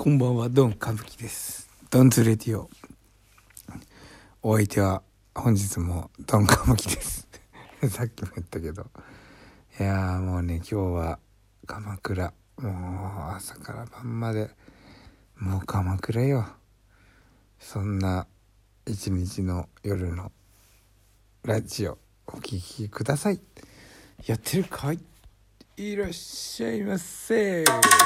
こんばんは、ドン歌舞伎です。ドンズレディオ。お相手は本日もドン歌舞伎です。さっきも言ったけど。いやーもうね、今日は鎌倉。もう朝から晩まで、もう鎌倉よ。そんな一日の夜のラジオ、お聞きください。やってるかい？いらっしゃいませ。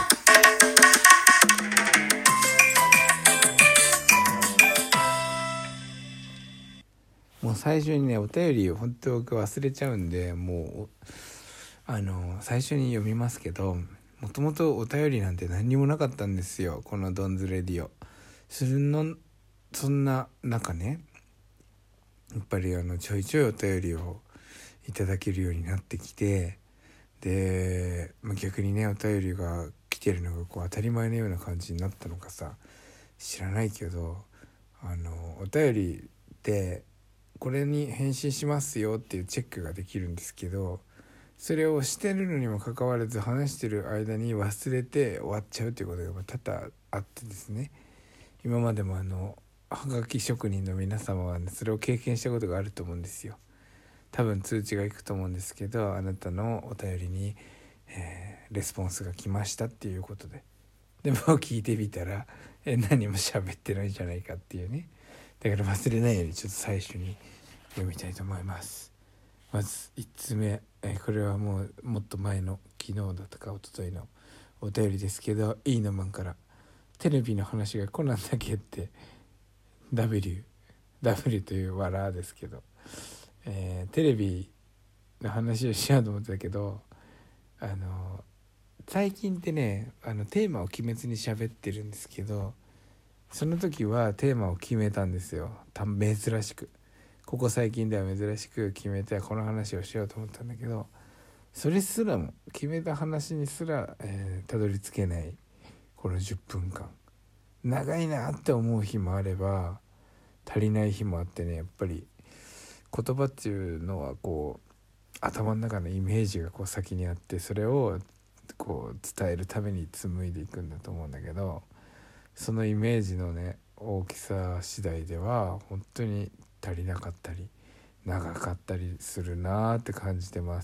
もう最初にね、お便りを本当僕忘れちゃうんで、もう最初に読みますけど、もともとお便りなんて何にもなかったんですよ、このドンズレディオ。そんな中ね、やっぱりちょいちょいお便りをいただけるようになってきて、で、逆にね、お便りが来てるのがこう当たり前のような感じになったのかさ、知らないけど、お便りってこれに返信しますよっていうチェックができるんですけど、それをしてるのにもかかわらず話してる間に忘れて終わっちゃうということが多々あってですね、今までもはがき職人の皆様は、ね、それを経験したことがあると思うんですよ。多分通知がいくと思うんですけど、あなたのお便りに、レスポンスが来ましたっていうことで、でも聞いてみたら何も喋ってないじゃないかっていうね。だから忘れないようにちょっと最初に読みたいと思います。まず1つ目、これはもっと前の昨日だとか一昨日のお便りですけど、いいのマンから、テレビの話がコナンだけって W というわらですけど、テレビの話をしようと思ってたけど、最近ってね、テーマを決めずに喋ってるんですけど、その時はテーマを決めたんですよ。珍しく、ここ最近では珍しく決めてこの話をしようと思ったんだけど、それすらも決めた話にすらたどり着けないこの10分間、長いなって思う日もあれば足りない日もあってね、やっぱり言葉っていうのはこう頭の中のイメージがこう先にあって、それをこう伝えるために紡いでいくんだと思うんだけど、そのイメージのね大きさ次第では本当に足りなかったり長かったりするなーって感じてます。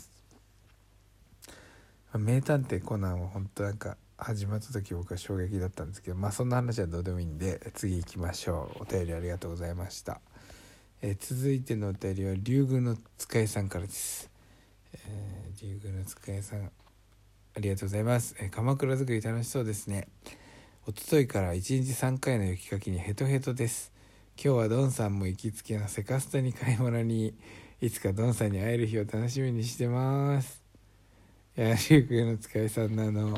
名探偵コナンは本当なんか始まった時僕は衝撃だったんですけど、そんな話はどうでもいいんで次行きましょう。お便りありがとうございました。続いてのお便りは竜宮の使いさんからです。竜宮の使いさん、ありがとうございます。鎌倉作り楽しそうですね。一昨日から1日3回の雪かきにヘトヘトです。今日はドンさんも行きつけのセカストに買い物に、いつかドンさんに会える日を楽しみにしてます。いや、竜宮の使いさんの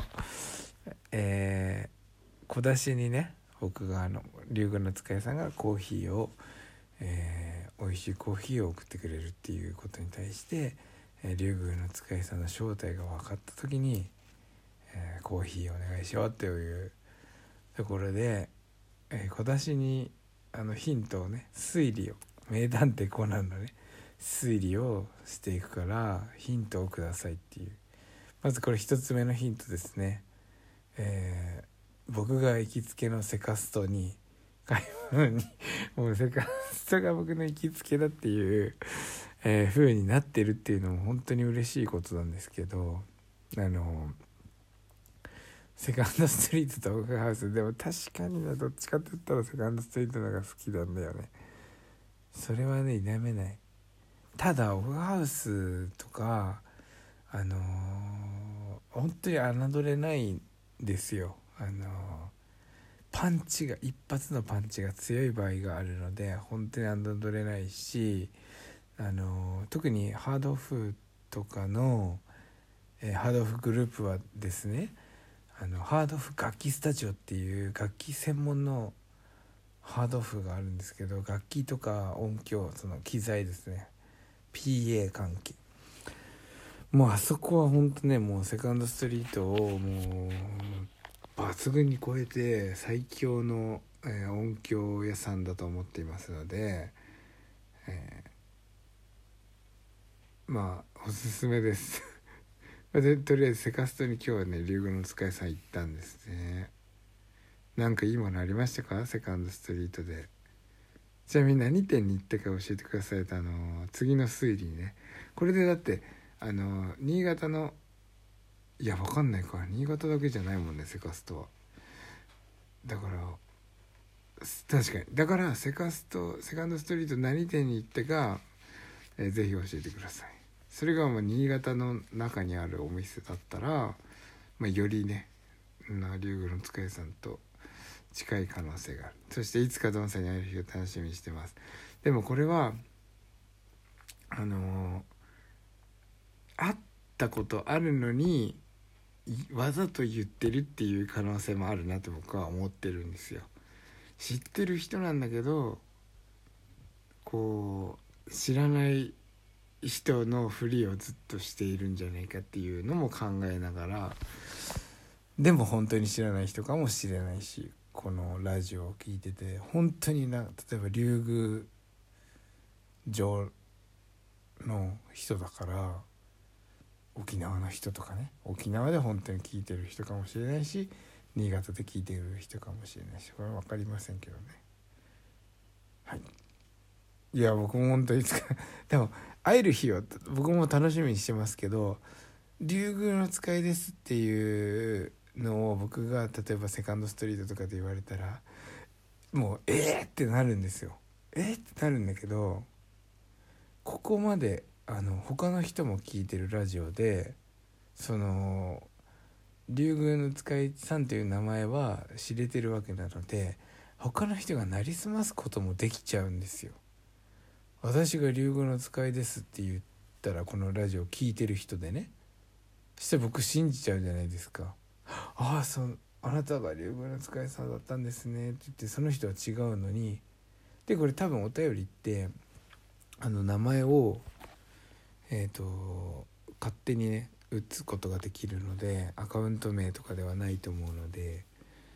小出しにね、僕が竜宮の使いさんがコーヒーを、美味しいコーヒーを送ってくれるっていうことに対して、竜宮の使いさんの正体が分かった時に、コーヒーお願いしようっていうところで、小出しにヒントをね、推理を、名探偵コナンのね推理をしていくからヒントをくださいっていう。まずこれ一つ目のヒントですね。僕が行きつけのセカストに買い物にもうセカストが僕の行きつけだっていう、風になってるっていうのも本当に嬉しいことなんですけど、セカンドストリートとオフハウス、でも確かにどっちかって言ったらセカンドストリートの方が好きなんだよね。それはね否めない。ただオフハウスとか本当に侮れないんですよ。パンチが一発のパンチが強い場合があるので本当に侮れないし、特にハードオフとかの、ハードオフグループはですね、ハードオフ楽器スタジオっていう楽器専門のハードオフがあるんですけど、楽器とか音響、その機材ですね、 PA 関係、もうあそこは本当ね、もうセカンドストリートをもう抜群に超えて最強の、音響屋さんだと思っていますので、おすすめですでとりあえずセカストに今日はね竜宮の使いさん行ったんですね。 なんかいいものありましたか？セカンドストリートで。ちなみに何店に行ったか教えてくださいと、次の推理ね。これでだって新潟の、いやわかんないか、新潟だけじゃないもんねセカストは。だから確かに、だからセカンドストリート何店に行ったか、ぜひ教えてください。それが新潟の中にあるお店だったら、よりね竜宮の使いさんと近い可能性がある。そしていつかドンさんに会える日を楽しみにしてます。でもこれは会ったことあるのにわざと言ってるっていう可能性もあるなと僕は思ってるんですよ。知ってる人なんだけどこう知らない人のふりをずっとしているんじゃないかっていうのも考えながら、でも本当に知らない人かもしれないし、このラジオを聞いてて本当に例えば竜宮城の人だから沖縄の人とかね、沖縄で本当に聞いてる人かもしれないし、新潟で聞いてる人かもしれないし、これは分かりませんけどね。はい、いや僕も本当にいつかでも会える日を僕も楽しみにしてますけど、竜宮の使いですっていうのを僕が例えばセカンドストリートとかで言われたらもうってなるんですよ。ってなるんだけど、ここまで他の人も聞いてるラジオで竜宮の使いさんという名前は知れてるわけなので、他の人がなりすますこともできちゃうんですよ。私が竜宮の使いですって言ったら、このラジオ聞いてる人でね、そして僕信じちゃうじゃないですか。あなたが竜宮の使いさんだったんですねって言って、その人は違うのに。でこれ多分お便りって名前を勝手にね打つことができるので、アカウント名とかではないと思うので、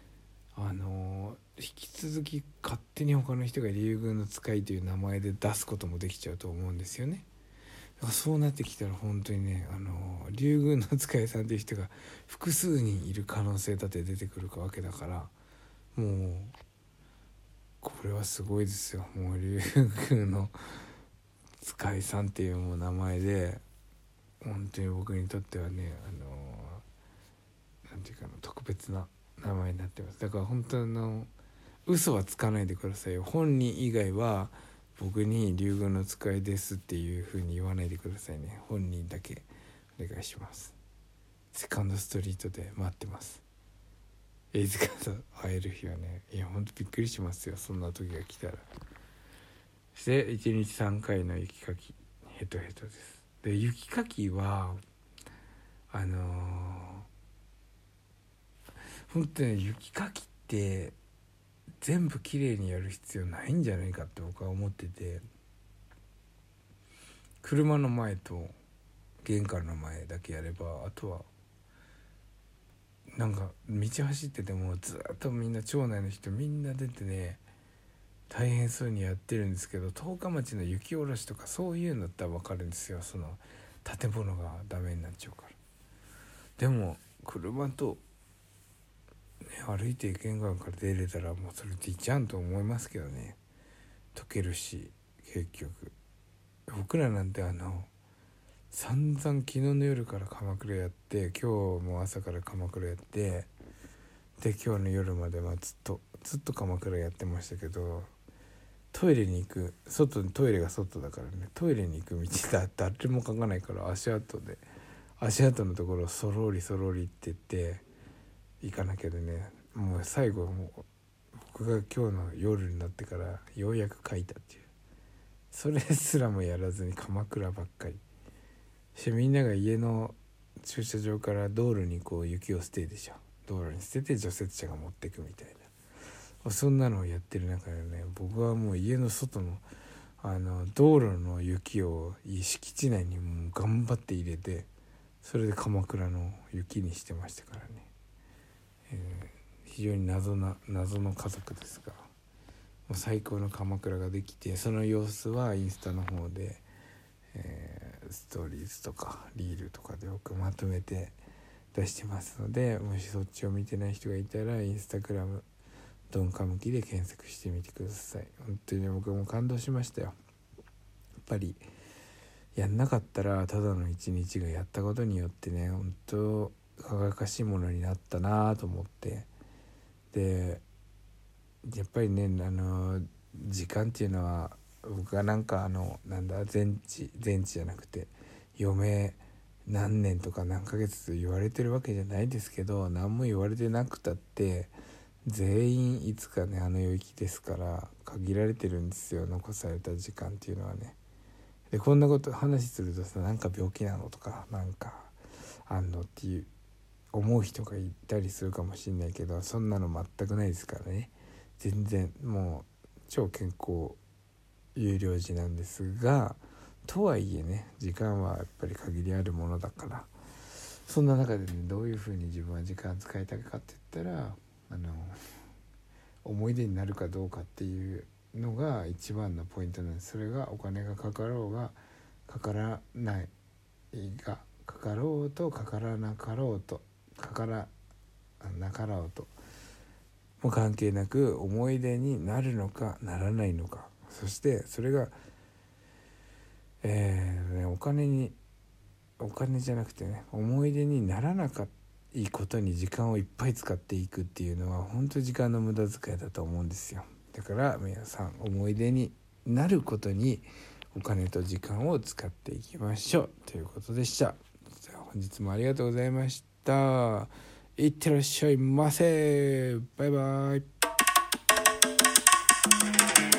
引き続き勝手に他の人が竜宮の使いという名前で出すこともできちゃうと思うんですよね。だからそうなってきたら本当にね竜宮の使いさんという人が複数人いる可能性だって出てくるわけだから、もうこれはすごいですよ。もう竜宮の使いさんっていうもう名前で本当に僕にとってはねなんていうかな、特別な名前になってます。だから本当嘘はつかないでくださいよ。本人以外は僕に竜宮の使いですっていう風に言わないでくださいね。本人だけお願いします。セカンドストリートで待ってます。いつかと会える日はね、いやほんとびっくりしますよ、そんな時が来たら。そして1日3回の雪かき、ヘトヘトです。で雪かきは本当に雪かきって全部きれいにやる必要ないんじゃないかって僕は思ってて、車の前と玄関の前だけやれば、あとはなんか道走っててもずっとみんな町内の人みんな出てね大変そうにやってるんですけど、十日町の雪下ろしとかそういうのだったら分かるんですよ。その建物がダメになっちゃうから。でも車と、ね、歩いて玄関から出れたらもうそれでいいじゃんと思いますけどね。溶けるし結局僕らなんて散々昨日の夜から鎌倉やって、今日も朝から鎌倉やって、で今日の夜まではずっと鎌倉やってましたけど、トイレに行くトイレが外だからね、トイレに行く道誰も書かないから、足跡のところをそろりって言って行かなきゃでね、もう最後もう僕が今日の夜になってからようやく書いたっていう、それすらもやらずに鎌倉ばっかりして、みんなが家の駐車場から道路にこう雪を捨てるでしょ。道路に捨てて除雪車が持ってくみたいな、そんなのをやってる中でね、僕はもう家の外の道路の雪を敷地内にもう頑張って入れて、それで鎌倉の雪にしてましたからね。非常に謎の家族ですが、もう最高の鎌倉ができて、その様子はインスタの方で、ストーリーズとかリールとかで僕まとめて出してますので、もしそっちを見てない人がいたらインスタグラム鈍化向きで検索してみてください。本当に僕も感動しましたよ。やっぱりやんなかったらただの一日がやったことによってね、本当輝かしいものになったなと思って、でやっぱりね時間っていうのは僕が全知じゃなくて余命何年とか何ヶ月と言われてるわけじゃないですけど、何も言われてなくたって全員いつかね領域ですから限られてるんですよ、残された時間っていうのはね。でこんなこと話するとさ、なんか病気なのとかなんかあんのっていう思う人がいたりするかもしれないけど、そんなの全くないですからね。全然もう超健康有料児なんですが、とはいえね時間はやっぱり限りあるものだから、そんな中でねどういうふうに自分は時間使いたいかって言ったら思い出になるかどうかっていうのが一番のポイントなんです。それがお金がかかろうがかからないがかかろうとかからなかろうとかからなかろうとも関係なく思い出になるのかならないのか、そしてそれが、お金じゃなくてね、思い出にならなかったいいことに時間をいっぱい使っていくっていうのは本当に時間の無駄遣いだと思うんですよ。だから皆さん思い出になることにお金と時間を使っていきましょうということでした。じゃあ本日もありがとうございました。いってらっしゃいませ。バイバイ。